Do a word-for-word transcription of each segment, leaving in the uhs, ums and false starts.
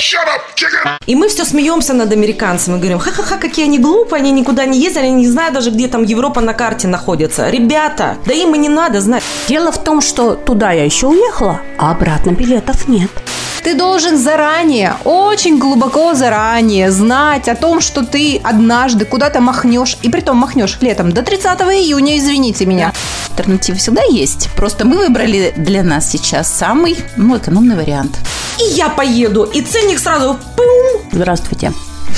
Shut up, chicken! И мы все смеемся над американцами, говорим, ха-ха-ха, какие они глупые, они никуда не ездили, они не знают даже, где там Европа на карте находится. Ребята, да им и не надо знать. Дело в том, что туда я еще уехала, а обратно билетов нет. Ты должен заранее, очень глубоко заранее знать о том, что ты однажды куда-то махнешь, и притом махнешь летом до тридцатого июня, извините меня. Альтернатива всегда есть. Просто мы выбрали для нас сейчас самый, ну, экономный вариант. И я поеду, и ценник сразу пум. Здравствуйте.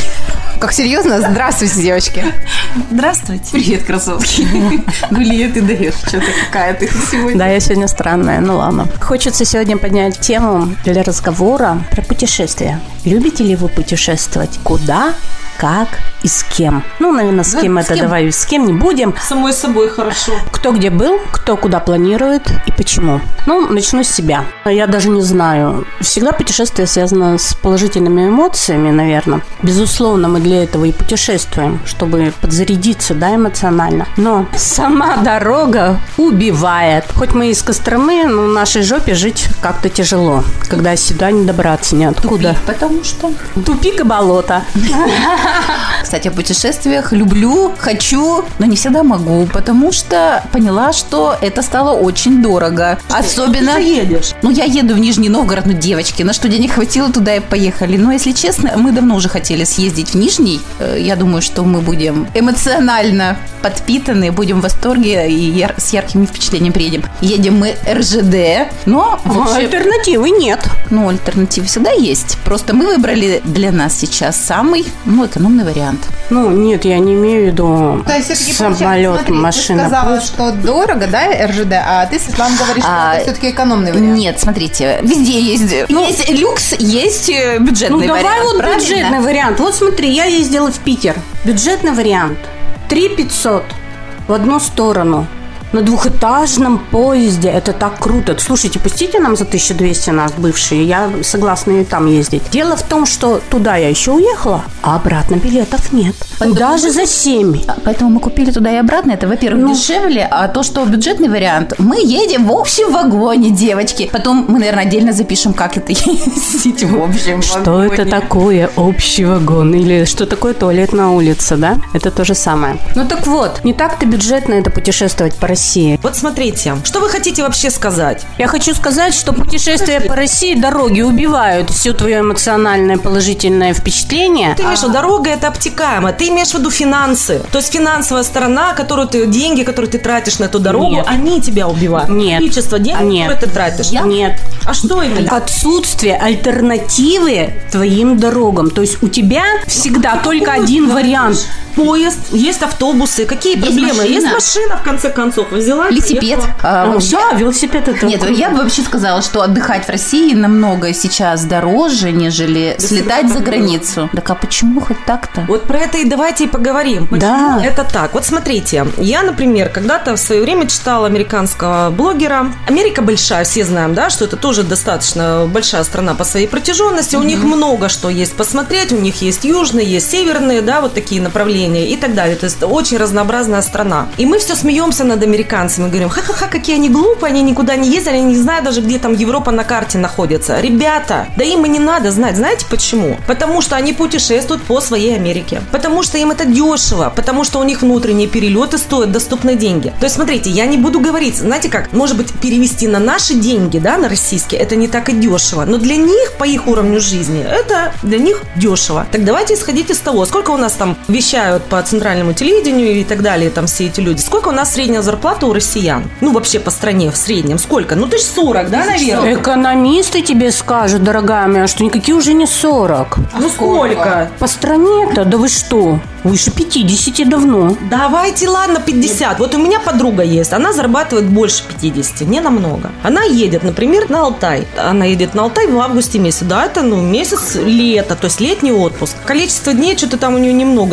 Как серьезно? Здравствуйте, девочки. Здравствуйте. Привет, красотки. Гулия, ты даешь. Что-то какая ты сегодня. Да, я сегодня странная, ну ладно. Хочется сегодня поднять тему для разговора про путешествия. Любите ли вы путешествовать? Куда? Как и с кем? Ну, наверное, с кем да, это с кем? давай, с кем не будем. Самой собой хорошо. Кто где был, кто куда планирует и почему. Ну, начну с себя. Я даже не знаю. Всегда путешествие связано с положительными эмоциями, наверное. Безусловно, мы для этого и путешествуем, чтобы подзарядиться, да, эмоционально. Но сама дорога убивает. Хоть мы из Костромы, но в нашей жопе жить как-то тяжело, когда сюда не добраться ниоткуда. Тупик, потому что... Тупик и болото. Кстати, о путешествиях люблю, хочу, но не всегда могу, потому что поняла, что это стало очень дорого. Что? Особенно... Ты едешь? Ну, я еду в Нижний Новгород, ну, девочки, на что денег хватило, туда и поехали. Но, если честно, мы давно уже хотели съездить в Нижний. Я думаю, что мы будем эмоционально подпитаны, будем в восторге и яр... с яркими впечатлениями приедем. Едем мы эр жэ дэ, но... Вообще... Альтернативы нет. Ну, альтернативы всегда есть. Просто мы выбрали для нас сейчас самый, ну, экономный вариант. Ну, нет, я не имею в виду То есть, все-таки, самолет, смотри, машина. Ты сказала, что дорого, да, эр жэ дэ, а ты, Светлана, говоришь, что А, это все-таки экономный вариант. Нет, смотрите, везде есть, Ну, есть люкс, есть бюджетный Ну, вариант. давай вот правильно? бюджетный вариант. Вот смотри, я ездила в Питер. Бюджетный вариант. три пятьсот в одну сторону. На двухэтажном поезде. Это так круто. Слушайте, пустите нам за тысячу двести нас, бывшие. Я согласна и там ездить. Дело в том, что туда я еще уехала, а обратно билетов нет. Поэтому Даже за семь. Поэтому мы купили туда и обратно. Это, во-первых, Ну. дешевле. А то, что бюджетный вариант, мы едем в общем вагоне, девочки. Потом мы, наверное, отдельно запишем, как это ездить в общем Что вагоне. это такое общий вагон? Или что такое туалет на улице, да? Это то же самое. Ну так вот, не так-то бюджетно это путешествовать по России. Вот смотрите, что вы хотите вообще сказать? Я хочу сказать, что путешествия по России, дороги убивают все твое эмоциональное положительное впечатление. Ты имеешь в виду, дорога это обтекаемо. Ты имеешь в виду финансы. То есть финансовая сторона, которую ты, деньги, которые ты тратишь на эту дорогу, Нет. они тебя убивают. Нет. Количество денег, Нет. которые ты тратишь. Нет. А что именно? Отсутствие альтернативы твоим дорогам. То есть у тебя всегда только один вариант. Поезд, есть автобусы. Какие Есть проблемы? машина. Есть машина, в конце концов. Взяла, Велосипед. приехала. А, Ну, вообще- да, велосипед это Нет, круто. я бы вообще сказала, что отдыхать в России намного сейчас дороже, нежели слетать за границу. Так а почему хоть так-то? Вот про это и давайте и поговорим. Почему Да. это так? Вот смотрите, я, например, когда-то в свое время читала американского блогера. Америка большая, все знаем, да, что это тоже достаточно большая страна по своей протяженности. У них много что есть посмотреть, у них есть южные, есть северные, да, вот такие направления и так далее. То есть очень разнообразная страна. И мы все смеемся над американцами, говорим, ха-ха-ха, какие они глупые, они никуда не ездили, они не знают даже, где там Европа на карте находится. Ребята, да им и не надо знать. Знаете почему? Потому что они путешествуют по своей Америке. Потому что им это дешево. Потому что у них внутренние перелеты стоят доступные деньги. То есть, смотрите, я не буду говорить, знаете как, может быть, перевести на наши деньги, да, на российские, это не так и дешево. Но для них, по их уровню жизни, это для них дешево. Так давайте исходить из того, сколько у нас там вещают по центральному телевидению и так далее, там все эти люди. Сколько у нас средняя зарплата у россиян? Ну, вообще по стране в среднем. Сколько? Ну, тысяч сорок, да, наверное? Экономисты тебе скажут, дорогая моя, что никакие уже не сорок. Ну, сколько? По стране-то, да вы что? Выше пятидесяти давно. Давайте, ладно, пятьдесят. Вот у меня подруга есть, она зарабатывает больше пятидесяти, не намного. Она едет, например, на Алтай. Она едет на Алтай в августе месяце. Да, это, ну, месяц лета, то есть летний отпуск. Количество дней что-то там у нее немного, не больше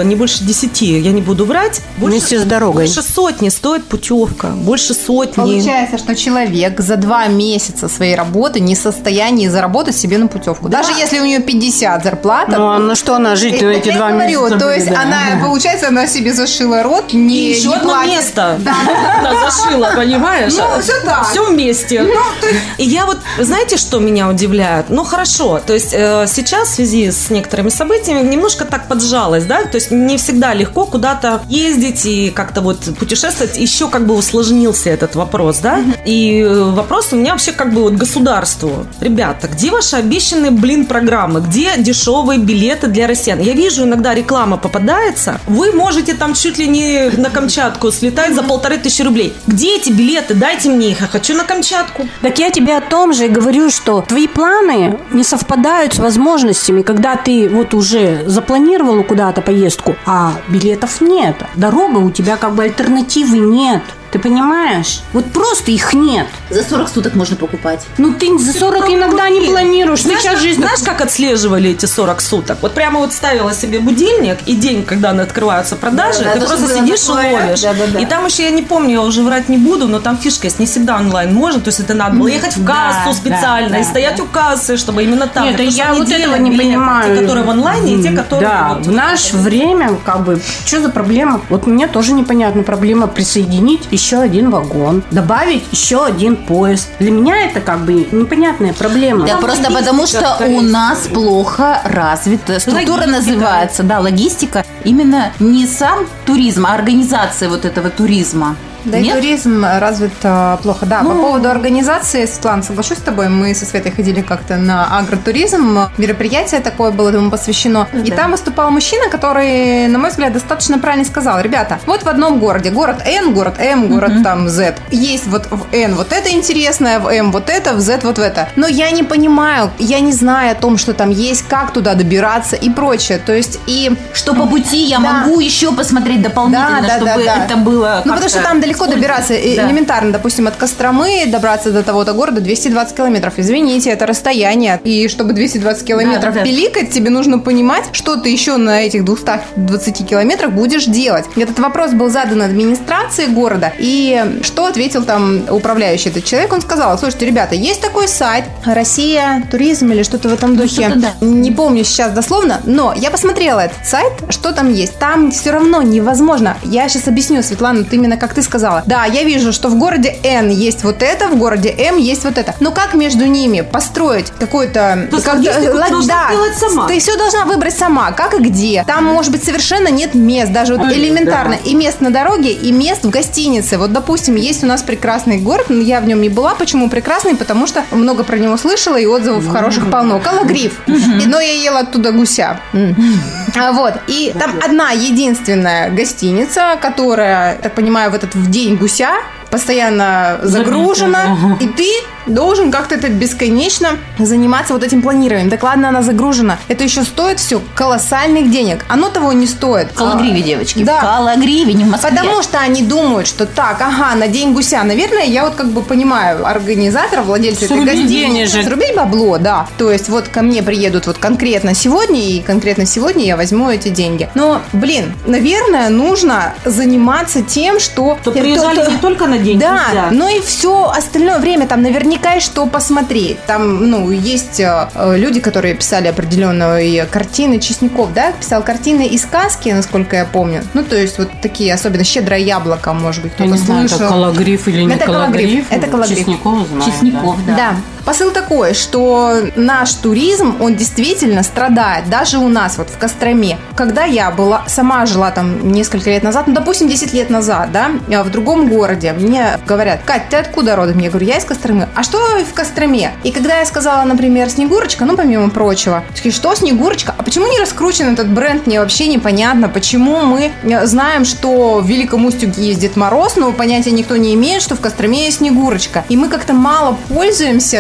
десяти, я не буду врать. Больше, вместе с дорогой. Больше сотни стоит путевка. Больше сотни. Получается, что человек за два месяца своей работы не в состоянии заработать себе на путевку. Да. Даже если у нее пятьдесят зарплата. Ну, а на что она жить на эти я два говорю, месяца? то есть да. она, получается, она себе зашила рот, не, И еще не одно платит. место. Она зашила, понимаешь? Ну, все так. Все вместе. И я вот, знаете, что меня удивляет? Ну, хорошо, то есть э, сейчас в связи с некоторыми событиями немножко так поджалось, да, то есть не всегда легко куда-то ездить и как-то вот путешествовать, еще как бы усложнился этот вопрос, да, и вопрос у меня вообще как бы вот государству. Ребята, где ваши обещанные, блин, программы? Где дешевые билеты для россиян? Я вижу, иногда реклама попадается, вы можете там чуть ли не на Камчатку слетать за полторы тысячи рублей. Где эти билеты? Дайте мне их, я хочу на Камчатку. Так я тебе о том же и говорю, что твои планы не совпадают с возможностями, когда ты вот уже запланировала куда-то поездку, а билетов нет. Дорога у тебя как бы альтернативы нет. Ты понимаешь? Вот просто их нет. За сорок суток можно покупать. Ну, ты за сорок иногда не планируешь. Ты Знаешь, сейчас как, жизнь... знаешь, как отслеживали эти сорок суток? Вот прямо вот ставила себе будильник, и день, когда открываются продажи, Да, ты да, просто чтобы сидишь и было такое. ловишь. Да, да, да. И там еще, я не помню, я уже врать не буду, но там фишка есть, не всегда онлайн можно, то есть это надо было ехать в кассу Да, специально да, и да, стоять да. у кассы, чтобы именно там. Нет, Потому что я вот неделя этого не билеты, понимаю. Те, которые в онлайне, и те, которые... Да, вот, в наше время, как бы, что за проблема? Вот мне тоже непонятна проблема присоединить еще один вагон, добавить еще один поезд. Для меня это как бы непонятная проблема. Да, Там просто логистика, потому что скорее у всего. нас плохо развита структура Логистика. называется, да, логистика. Именно не сам туризм, а организация вот этого туризма. Да, Нет? и туризм развит а, плохо. Да, Ну. по поводу организации, Светлана, соглашусь с тобой, мы со Светой ходили как-то на агротуризм, мероприятие такое было этому посвящено, и Да. там выступал мужчина, который, на мой взгляд, достаточно правильно сказал: ребята, вот в одном городе, город N, город M, город Мгм. там Z, есть вот в N вот это интересное, в M вот это, в Z вот в это, но я не понимаю, я не знаю о том, что там есть, как туда добираться и прочее, то есть и... Что по пути я Да. могу еще посмотреть дополнительно, Да, да, чтобы да, да. это было. Ну, потому что там далеко добираться. Э, Да. Элементарно, допустим, от Костромы добраться до того-то города двести двадцать километров. Извините, это расстояние. И чтобы двести двадцать километров Да, да, да. пиликать, тебе нужно понимать, что ты еще на этих двухстах двадцати километрах будешь делать. Этот вопрос был задан администрации города. И что ответил там управляющий этот человек? Он сказал: слушайте, ребята, есть такой сайт «Россия Туризм» или что-то в этом духе. что-то да. Не помню сейчас дословно, но я посмотрела этот сайт, что там есть. Там все равно невозможно. Я сейчас объясню, Светлана, вот именно как ты сказала. Да, я вижу, что в городе N есть вот это, в городе M есть вот это. Но как между ними построить какой-то... То есть как- логистику ты ла- должна да, сделать сама. Ты все должна выбрать сама, как и где. Там, может быть, совершенно нет мест, даже вот Ой, элементарно. да. И мест на дороге, и мест в гостинице. Вот, допустим, есть у нас прекрасный город, но я в нем не была. Почему прекрасный? Потому что много про него слышала, и отзывов хороших полно. Кологрив. И- Но я ела оттуда гуся. А, Вот. И там одна единственная гостиница, которая, так понимаю, в этот в день гуся постоянно загружена, и ты должен как-то это бесконечно заниматься вот этим планированием. Так ладно, она загружена. Это еще стоит все колоссальных денег. Оно того не стоит. В Кологриве, девочки. Да. В Кологриве, не в Москве. Потому что они думают, что так, ага, на день гуся. Наверное, я вот как бы понимаю организатора, владельца этой Срубить гостиницы. денежек. Срубить бабло, да. То есть вот ко мне приедут вот конкретно сегодня, и конкретно сегодня я возьму эти деньги. Но, блин, наверное, нужно заниматься тем, что... То приезжали то- то- не только на день Да, гуся. но и все остальное время там наверняка есть что посмотреть. Там, ну, есть э, люди, которые писали определенные картины. Чесноков, да, писал картины и сказки, насколько я помню. Ну, то есть вот такие, особенно «Щедрое яблоко», может быть, Я кто-то не знаю, это слышал. Кологрив или не Это Кологрив, Кологрив. это Кологрив. Чесноков знаю. Чесноков, да. Да. Посыл такой, что наш туризм, он действительно страдает. Даже у нас вот в Костроме. Когда я была, сама жила там несколько лет назад, ну, допустим, десять лет назад, да, я в другом городе, мне говорят: Кать, ты откуда родом? Я говорю: я из Костромы. А что в Костроме? И когда я сказала, например, Снегурочка, ну, помимо прочего, такие: что Снегурочка? А почему не раскручен этот бренд? Мне вообще непонятно. Почему мы знаем, что в Великом Устюге есть Дед Мороз, но понятия никто не имеет, что в Костроме есть Снегурочка. И мы как-то мало пользуемся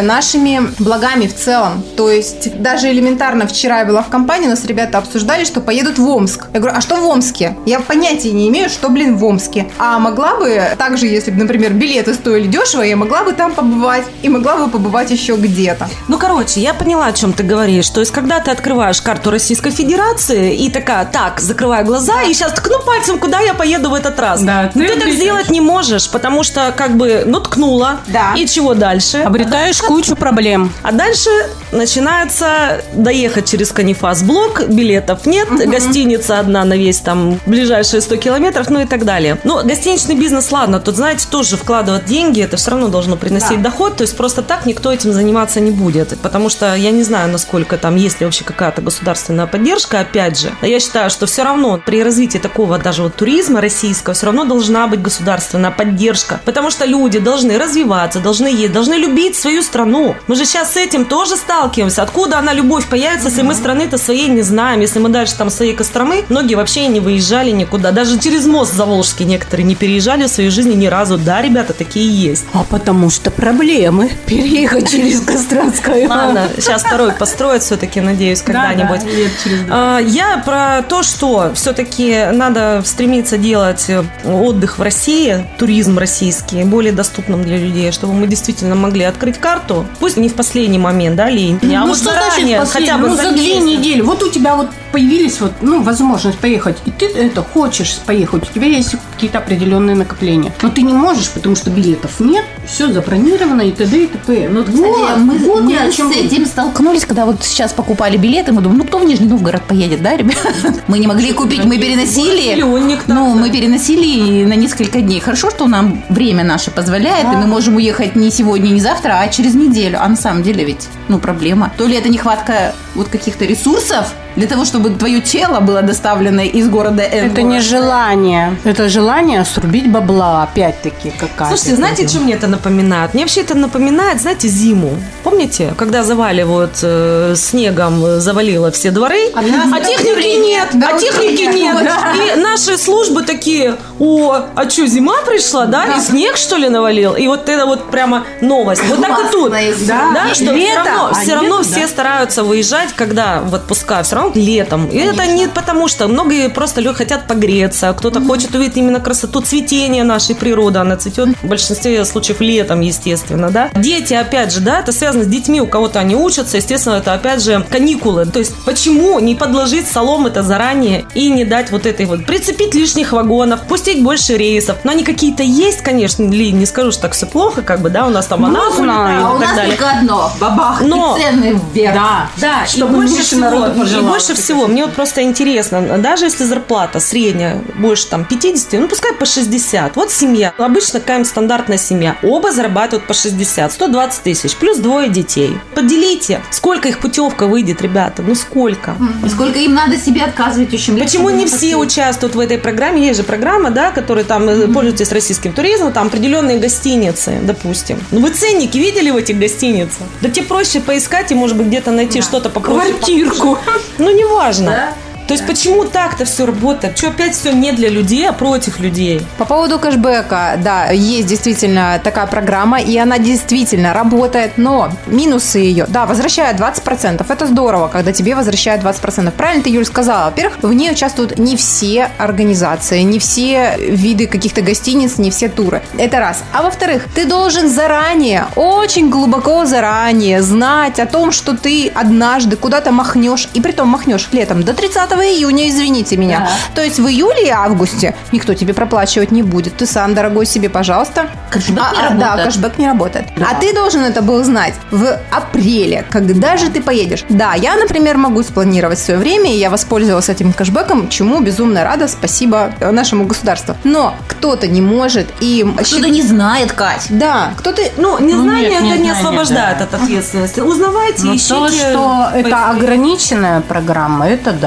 нашими благами в целом. То есть даже элементарно вчера я была в компании, у нас ребята обсуждали, что поедут в Омск. Я говорю, а что в Омске? Я понятия не имею, что, блин, в Омске. А могла бы, также, если бы, например, билеты стоили дешево, я могла бы там побывать и могла бы побывать еще где-то. Ну, короче, я поняла, о чем ты говоришь. То есть, когда ты открываешь карту Российской Федерации и такая, так, закрываю глаза и сейчас ткну пальцем, куда я поеду в этот раз. Да, ну, ты ты так сделать не можешь, потому что, как бы, ну, ткнула. Да. И чего дальше? Обретаешь кучу проблем. А дальше начинается доехать через Канифас-блок, билетов нет, угу. Гостиница одна на весь там ближайшие сто километров, ну и так далее. Но гостиничный бизнес, ладно, тут, знаете, тоже вкладывать деньги, это все равно должно приносить да. доход, то есть просто так никто этим заниматься не будет, потому что я не знаю, насколько там, есть ли вообще какая-то государственная поддержка, опять же. Я считаю, что все равно при развитии такого даже вот туризма российского все равно должна быть государственная поддержка, потому что люди должны развиваться, должны есть, должны любить свою страну. Мы же сейчас с этим тоже сталкиваемся. Откуда она, любовь, появится, если мы страны-то своей не знаем, если мы дальше там своей Костромы, многие вообще не выезжали никуда, даже через мост Заволжский некоторые не переезжали в своей жизни ни разу. Да, ребята, такие есть. А потому что проблемы переехать через Костромское. Ладно, сейчас второй построят все-таки, надеюсь, когда-нибудь. Да, да, лет через два. Я про то, что все-таки надо стремиться делать отдых в России, туризм российский, более доступным для людей, чтобы мы действительно могли открыть карту, пусть не в последний момент, да, Лень? Ну, а вот что заранее, значит хотя бы ну, за, за две месяц. недели. Вот у тебя вот появились вот, ну, возможность поехать, и ты это хочешь поехать, у тебя есть какие-то определенные накопления. Но ты не можешь, потому что билетов нет, все забронировано и т.д. и т.п. Ну, Кстати, вот, мы, вот мы я о чем с этим столкнулись, когда вот сейчас покупали билеты, мы думаем, ну кто в Нижний Новгород поедет, да, ребят? Мы не могли купить, мы переносили. Миллионник там, Ну, да. мы переносили на несколько дней. Хорошо, что нам время наше позволяет, и мы можем уехать не сегодня, не завтра, а через неделю. А на самом деле ведь, ну, проблема. То ли это нехватка вот каких-то ресурсов для того, чтобы твое тело было доставлено из города Н. Это не желание. Это желание срубить бабла, опять-таки, какая-то. Слушайте, знаете, что мне это напоминает? Мне вообще это напоминает, знаете, зиму. Помните, когда заваливают э, снегом, завалило все дворы, а, а техники нет, Да, а вот техники нет. нет. Да. И наши службы такие, о, а что, зима пришла, да? Да. И снег, что ли, навалил? И вот это вот прямо новость. Вот так и тут. Да. Да, что все Лето, равно, а все равно лето, все да. стараются выезжать, когда в отпуска, все равно летом. И это не потому, что многие просто люди хотят погреться, кто-то хочет увидеть именно красоту цветения нашей природы. Она цветет в большинстве случаев летом, естественно, да. Дети, опять же, да, это связано с детьми, у кого-то они учатся, естественно, это опять же каникулы. То есть почему не подложить соломы-то заранее и не дать вот этой вот, прицепить лишних вагонов, пустить больше рейсов. Но они какие-то есть, конечно, Ли, не скажу, что так все плохо, как бы, да, у нас там она Ну, знаю. А у и так нас далее. только одно. Бабах. Но- И цены вверх. Да. Да, Чтобы и больше меньше всего, народу и пожелало. больше всего, мне вот просто интересно, даже если зарплата средняя больше там пятьдесят, ну пускай по шестьдесят, вот семья, обычно какая-нибудь стандартная семья, оба зарабатывают по шестьдесят, сто двадцать тысяч, плюс двое детей. Поделите, сколько их путевка выйдет, ребята, ну сколько? И сколько им надо себе отказывать еще? Почему не все участвуют в этой программе? Есть же программа, да, которая там mm-hmm. пользуетесь российским туризмом, там определенные гостиницы, допустим. Ну вы ценники видели в этих гостиницах? Да тебе проще поискать и, может быть, где-то найти что-то попроще. Квартирку. Ну, неважно. Да? То есть, почему так-то все работает? Что опять все не для людей, а против людей? По поводу кэшбэка, да, есть действительно такая программа, и она действительно работает, но минусы ее, да, возвращают двадцать процентов. Это здорово, когда тебе возвращают двадцать процентов. Правильно ты, Юль, сказала. Во-первых, в ней участвуют не все организации, не все виды каких-то гостиниц, не все туры. Это раз. А во-вторых, ты должен заранее, очень глубоко заранее знать о том, что ты однажды куда-то махнешь, и притом махнешь летом до тридцатого июня, извините меня. Да. То есть в июле и августе никто тебе проплачивать не будет. Ты сам, дорогой, себе, пожалуйста. Кэшбэк не А, а, работает. Да, кэшбэк не работает. Да. А ты должен это был знать в апреле. Когда же ты поедешь? Да, я, например, могу спланировать свое время, и я воспользовалась этим кэшбэком, чему безумно рада. Спасибо нашему государству. Но кто-то не может и... Кто-то не знает, Кать. Да, кто-то... Ну, незнание нет, это не незнание, освобождает да. от ответственности. Узнавайте, Но ищите. то, что это ограниченная программа, это да. Да.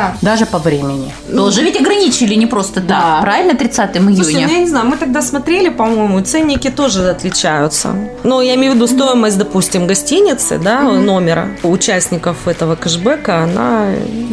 Да. Даже по времени. Тоже ведь ограничили не просто Да. так, правильно, тридцатого июня? Слушай, ну я не знаю, мы тогда смотрели, по-моему, ценники тоже отличаются. Но я имею в виду стоимость, допустим, гостиницы, да, mm-hmm. номера у участников этого кэшбэка, она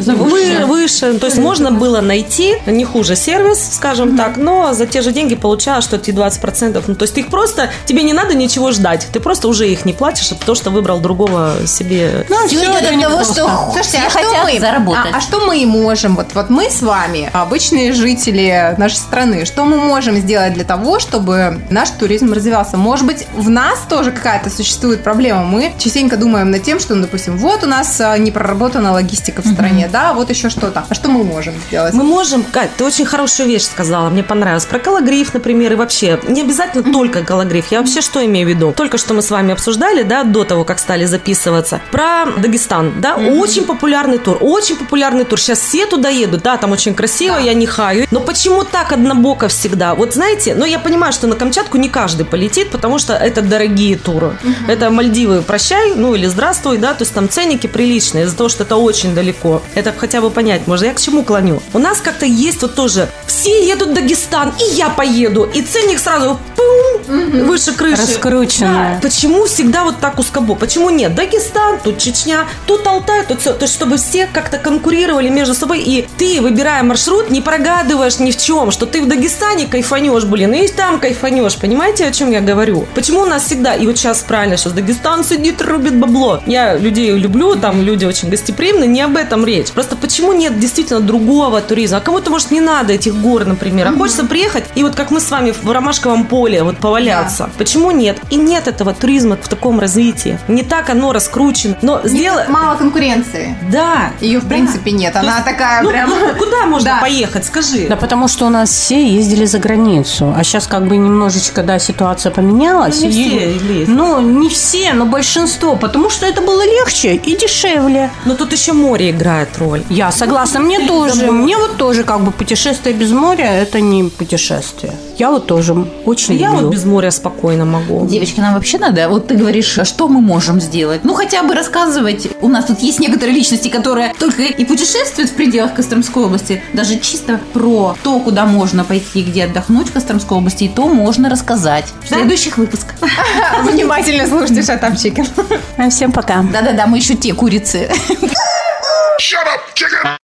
вы, выше. То есть можно было найти не хуже сервис, скажем mm-hmm. так, но за те же деньги получалось, что эти двадцать процентов. Ну, то есть их просто, тебе не надо ничего ждать, ты просто уже их не платишь, потому что выбрал другого себе. Ну, все идет от того, что Слушайте, все а что хотят мы, заработать. А, а что мы можем, вот, вот мы с вами, обычные жители нашей страны, что мы можем сделать для того, чтобы наш туризм развивался? Может быть, в нас тоже какая-то существует проблема. Мы частенько думаем над тем, что, ну, допустим, вот у нас не проработана логистика в стране, mm-hmm. да, вот еще что-то. А что мы можем сделать? Мы можем, Кать, ты очень хорошую вещь сказала, мне понравилось. Про Кологрив, например, и вообще, не обязательно mm-hmm. только Кологрив. Я вообще что имею в виду? Только что мы с вами обсуждали, да, до того, как стали записываться, про Дагестан, да, mm-hmm. очень популярный тур, очень популярный тур. Сейчас все туда едут, да, там очень красиво, да. я не хаю. Но почему так однобоко всегда? Вот знаете, ну я понимаю, что на Камчатку не каждый полетит, потому что это дорогие туры. Uh-huh. Это Мальдивы, прощай, ну или здравствуй, да, то есть там ценники приличные, из-за того, что это очень далеко. Это хотя бы понять можно. Я к чему клоню? У нас как-то есть вот тоже, все едут в Дагестан, и я поеду, и ценник сразу пум, uh-huh. выше крыши. Раскрученная. Да. Почему всегда вот так узкобо? Почему нет? Дагестан, тут Чечня, тут Алтай, тут все. То есть чтобы все как-то конкурировали между собой, и ты, выбирая маршрут, не прогадываешь ни в чем, что ты в Дагестане кайфанешь, блин, и там кайфанешь. Понимаете, о чем я говорю? Почему у нас всегда, и вот сейчас правильно, сейчас Дагестан сидит, рубит бабло. Я людей люблю, там люди очень гостеприимны, не об этом речь. Просто почему нет действительно другого туризма? А кому-то, может, не надо этих гор, например, а mm-hmm. хочется приехать, и вот как мы с вами в ромашковом поле вот поваляться. Да. Почему нет? И нет этого туризма в таком развитии. Не так оно раскручено. Но сделай... Мало конкуренции. Да. Ее, в да. принципе, нет. Она есть, такая ну, прям... Ну, куда можно да. поехать, скажи? Да потому что у нас все ездили за границу. А сейчас как бы немножечко, да, ситуация поменялась. Ну, не и, все ездят. Ну, не все, но большинство. Потому что это было легче и дешевле. Но тут еще море играет роль. Я согласна, мне Ты тоже. домой. Мне вот тоже как бы путешествие без моря – это не путешествие. Я вот тоже очень Я люблю. вот без моря спокойно могу. Девочки, нам вообще надо, вот ты говоришь, что мы можем сделать? Ну, хотя бы рассказывать. У нас тут есть некоторые личности, которые только и путешествуют в пределах Костромской области, даже чисто про то, куда можно пойти, где отдохнуть в Костромской области, и то можно рассказать в Да? следующих выпусках. Внимательно слушайте Шатапчикин. Всем пока. Да-да-да, мы еще те курицы. Shut up, chicken!